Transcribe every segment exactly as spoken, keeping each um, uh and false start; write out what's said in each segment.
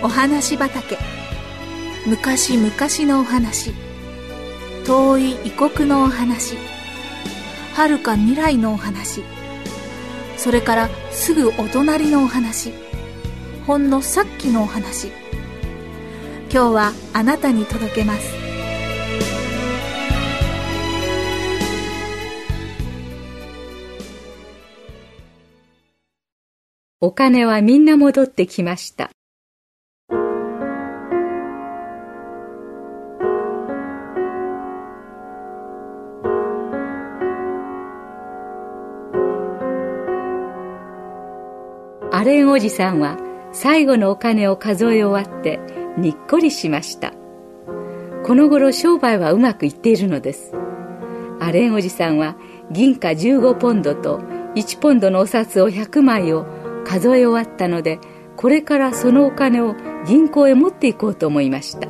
お話畑。昔々のお話、遠い異国のお話、遥か未来のお話、それからすぐお隣のお話、ほんのさっきのお話。今日はあなたに届けます。 お金はみんな戻ってきました。アレンおじさんは最後のお金を数え終わってにっこりしました。この頃商売はうまくいっているのです。アレンおじさんは銀貨じゅうごポンドといちポンドのお札をひゃくまいを数え終わったので、これからそのお金を銀行へ持っていこうと思いました。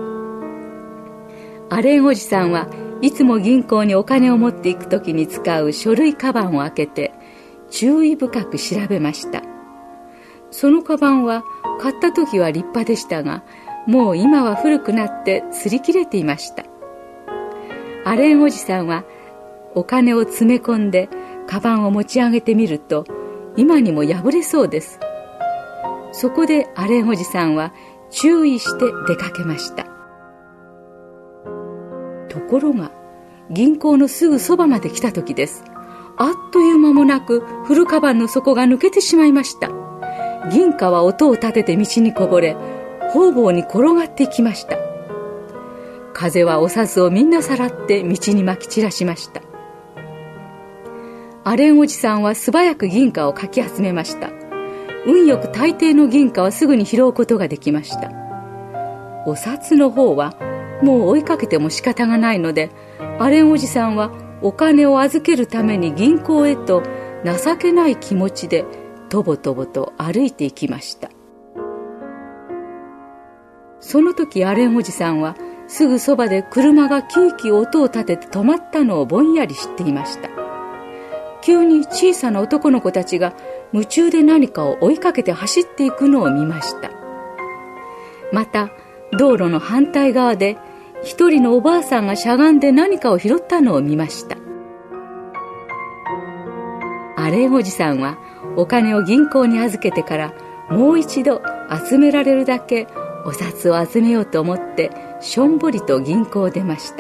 アレンおじさんはいつも銀行にお金を持っていくときに使う書類カバンを開けて注意深く調べました。そのカバンは買った時は立派でしたが、もう今は古くなって擦り切れていました。アレンおじさんはお金を詰め込んでカバンを持ち上げてみると、今にも破れそうです。そこでアレンおじさんは注意して出かけました。ところが銀行のすぐそばまで来た時です。あっという間もなく古カバンの底が抜けてしまいました。銀貨は音を立てて道にこぼれ、方々に転がっていきました。風はお札をみんなさらって道にまき散らしました。アレンおじさんは素早く銀貨をかき集めました。運よく大抵の銀貨はすぐに拾うことができました。お札の方はもう追いかけても仕方がないので、アレンおじさんはお金を預けるために銀行へと情けない気持ちでとぼとぼと歩いていきました。その時アレンおじさんはすぐそばで車がキーキー音を立てて止まったのをぼんやり知っていました。急に小さな男の子たちが夢中で何かを追いかけて走っていくのを見ました。また道路の反対側で一人のおばあさんがしゃがんで何かを拾ったのを見ました。アレンおじさんはお金を銀行に預けてからもう一度集められるだけお札を集めようと思ってしょんぼりと銀行を出ました。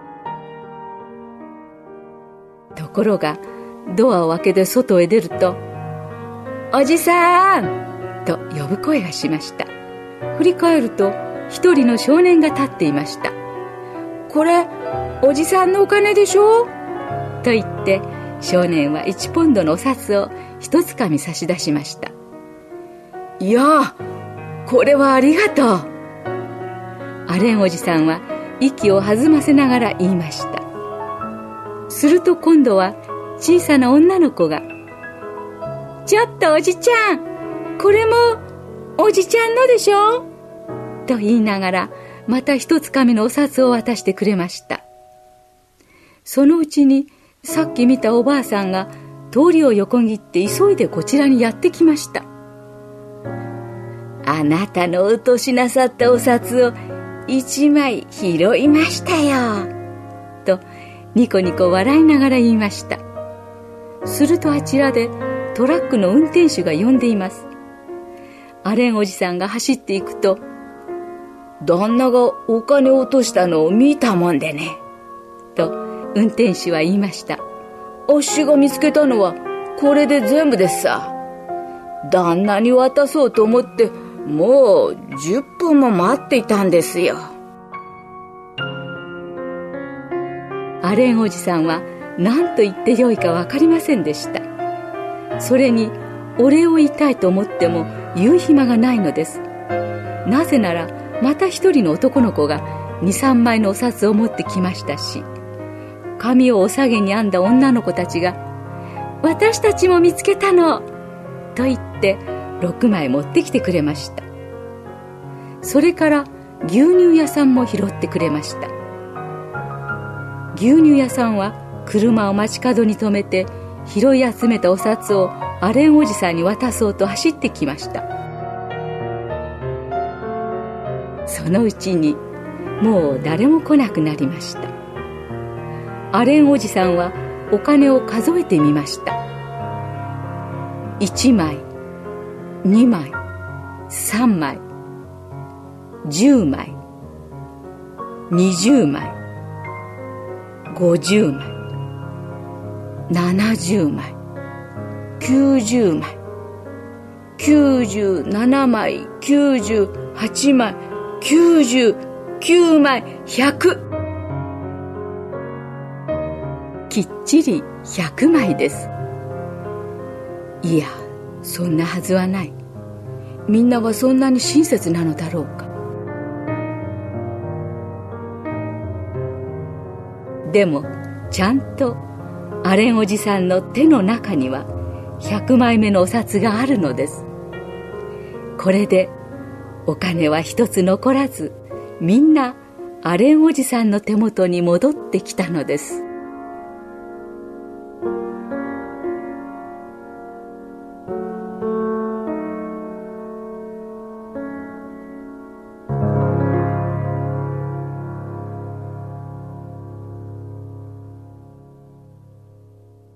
ところがドアを開けて外へ出ると、おじさんと呼ぶ声がしました。振り返ると一人の少年が立っていました。これおじさんのお金でしょと言って少年はいちポンドのお札を一つかみ差し出しました。いや、これはありがとう。アレンおじさんは息を弾ませながら言いました。すると今度は小さな女の子が、ちょっとおじちゃん、これもおじちゃんのでしょと言いながらまた一つかみのお札を渡してくれました。そのうちにさっき見たおばあさんが通りを横切って急いでこちらにやってきました。あなたの落としなさったお札を一枚拾いましたよとニコニコ笑いながら言いました。するとあちらでトラックの運転手が呼んでいます。アレンおじさんが走っていくと、旦那がお金を落としたのを見たもんでねと運転手は言いました。あっしが見つけたのはこれで全部ですさ。旦那に渡そうと思ってもうじゅっぷんも待っていたんですよ。アレンおじさんは何と言ってよいか分かりませんでした。それにお礼を言いたいと思っても言う暇がないのです。なぜならまた一人の男の子がにさんまいのお札を持ってきましたし、髪をお下げに編んだ女の子たちが、私たちも見つけたのと言ってろくまい持ってきてくれました。それから牛乳屋さんも拾ってくれました。牛乳屋さんは車を街角に止めて拾い集めたお札をアレンおじさんに渡そうと走ってきました。 そのうちにもう誰も来なくなりました。アレンおじさんはお金を数えてみました。いちまい、にまい、さんまい、じゅうまい、にじゅうまい、ごじゅうまい、ななじゅうまい、きゅうじゅうまい、きゅうじゅうななまい、きゅうじゅうはちまい、きゅうじゅうきゅうまい、ひゃく。きっちりひゃくまいです。いや、そんなはずはない。みんなはそんなに親切なのだろうか。でもちゃんとアレンおじさんの手の中にはひゃくまいめのお札があるのです。これでお金は一つ残らず、みんなアレンおじさんの手元に戻ってきたのです。